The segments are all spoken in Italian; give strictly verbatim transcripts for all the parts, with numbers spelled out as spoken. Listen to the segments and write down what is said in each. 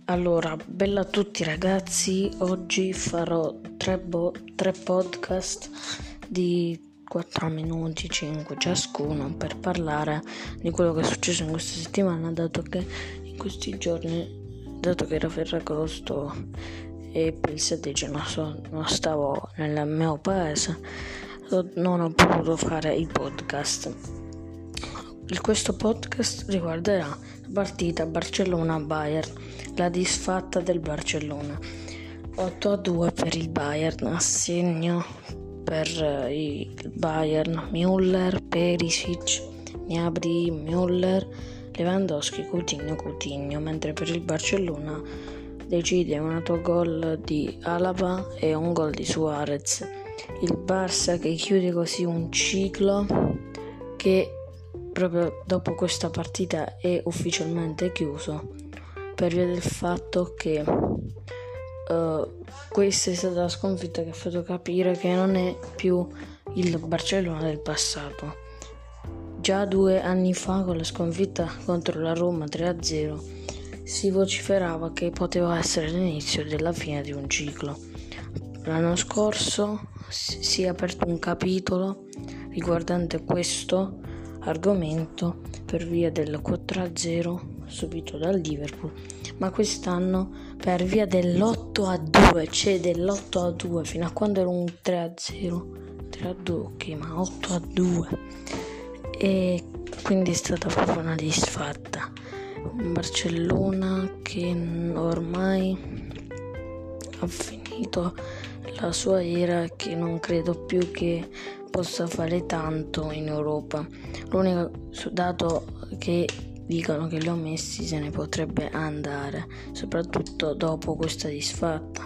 Allora, bella a tutti ragazzi, oggi farò tre, bo- tre podcast di quattro minuti, cinque ciascuno, per parlare di quello che è successo in questa settimana, dato che in questi giorni, dato che era Ferragosto e per il sedici non, so, non stavo nel mio paese, non ho potuto fare i podcast. Questo podcast riguarderà la partita Barcellona-Bayern, la disfatta del Barcellona. otto a due per il Bayern, assegno per il Bayern Müller, Perisic, Gnabry, Müller, Lewandowski, Coutinho, Coutinho, mentre per il Barcellona decide un autogol di Alaba e un gol di Suarez. Il Barça che chiude così un ciclo che proprio dopo questa partita è ufficialmente chiuso, per via del fatto che uh, questa è stata la sconfitta che ha fatto capire che non è più il Barcellona del passato. Già due anni fa, con la sconfitta contro la Roma tre a zero, si vociferava che poteva essere l'inizio della fine di un ciclo. L'anno scorso si è aperto un capitolo riguardante questo argomento per via del quattro a zero subito dal Liverpool, ma quest'anno per via dell'otto a due, cioè dell'otto a due, fino a quando era un tre a zero, tre a due, ok, ma otto a due, e quindi è stata proprio una disfatta. Un Barcellona che ormai ha finito la sua era, che non credo più che possa fare tanto in Europa. L'unico dato che dicono che Leo Messi se ne potrebbe andare, soprattutto dopo questa disfatta,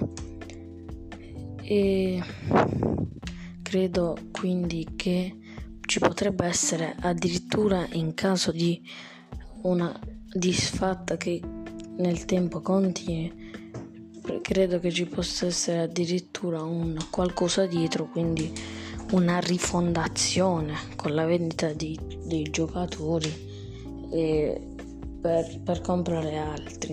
e credo quindi che ci potrebbe essere, addirittura in caso di una disfatta che nel tempo continui, credo che ci possa essere addirittura un qualcosa dietro, quindi una rifondazione con la vendita di, dei giocatori e per, per comprare altri.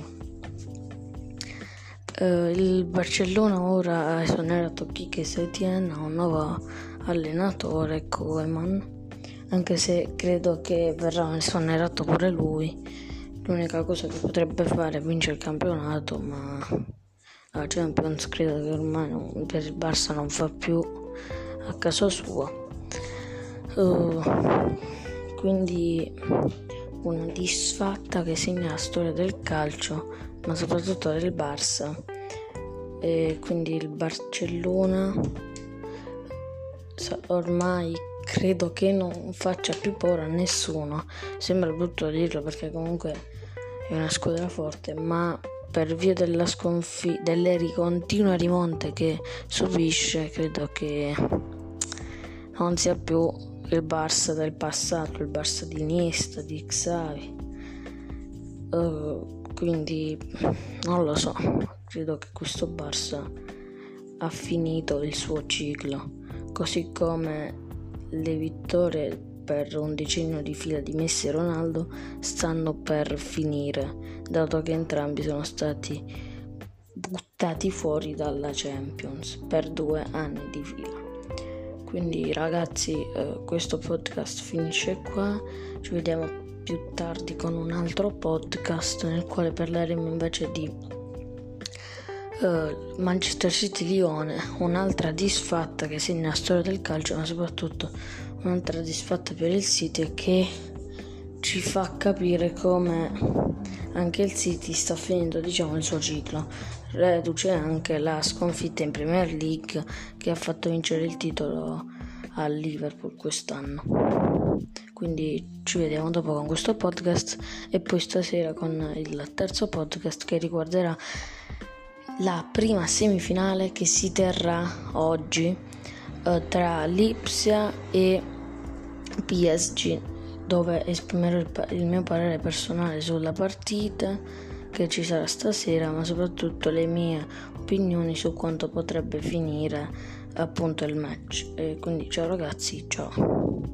Uh, il Barcellona ora ha esonerato Quique Setién, ha un nuovo allenatore, Koeman, anche se credo che verrà esonerato pure lui. L'unica cosa che potrebbe fare è vincere il campionato, ma la Champions credo che ormai non, per il Barça non fa più a casa sua. Uh, quindi una disfatta che segna la storia del calcio, ma soprattutto del Barça, e quindi il Barcellona ormai credo che non faccia più paura a nessuno. Sembra brutto dirlo perché comunque è una squadra forte, ma per via della sconfitta, delle continue rimonte che subisce, credo che non sia più il Barça del passato, il Barça di Iniesta, di Xavi. Uh, quindi non lo so, credo che questo Barça ha finito il suo ciclo, così come le vittorie per un decennio di fila di Messi e Ronaldo stanno per finire, dato che entrambi sono stati buttati fuori dalla Champions per due anni di fila. Quindi ragazzi, eh, questo podcast finisce qua, ci vediamo più tardi con un altro podcast nel quale parleremo invece di uh, Manchester City-Lione, un'altra disfatta che segna la storia del calcio, ma soprattutto un'altra disfatta per il City che ci fa capire come anche il City sta finendo, diciamo, il suo ciclo, reduce anche la sconfitta in Premier League che ha fatto vincere il titolo al Liverpool quest'anno. Quindi ci vediamo dopo con questo podcast e poi stasera con il terzo podcast che riguarderà la prima semifinale che si terrà oggi eh, tra Lipsia e P S G, dove esprimerò il, il mio parere personale sulla partita che ci sarà stasera, ma soprattutto le mie opinioni su quanto potrebbe finire appunto il match. E quindi ciao ragazzi, ciao.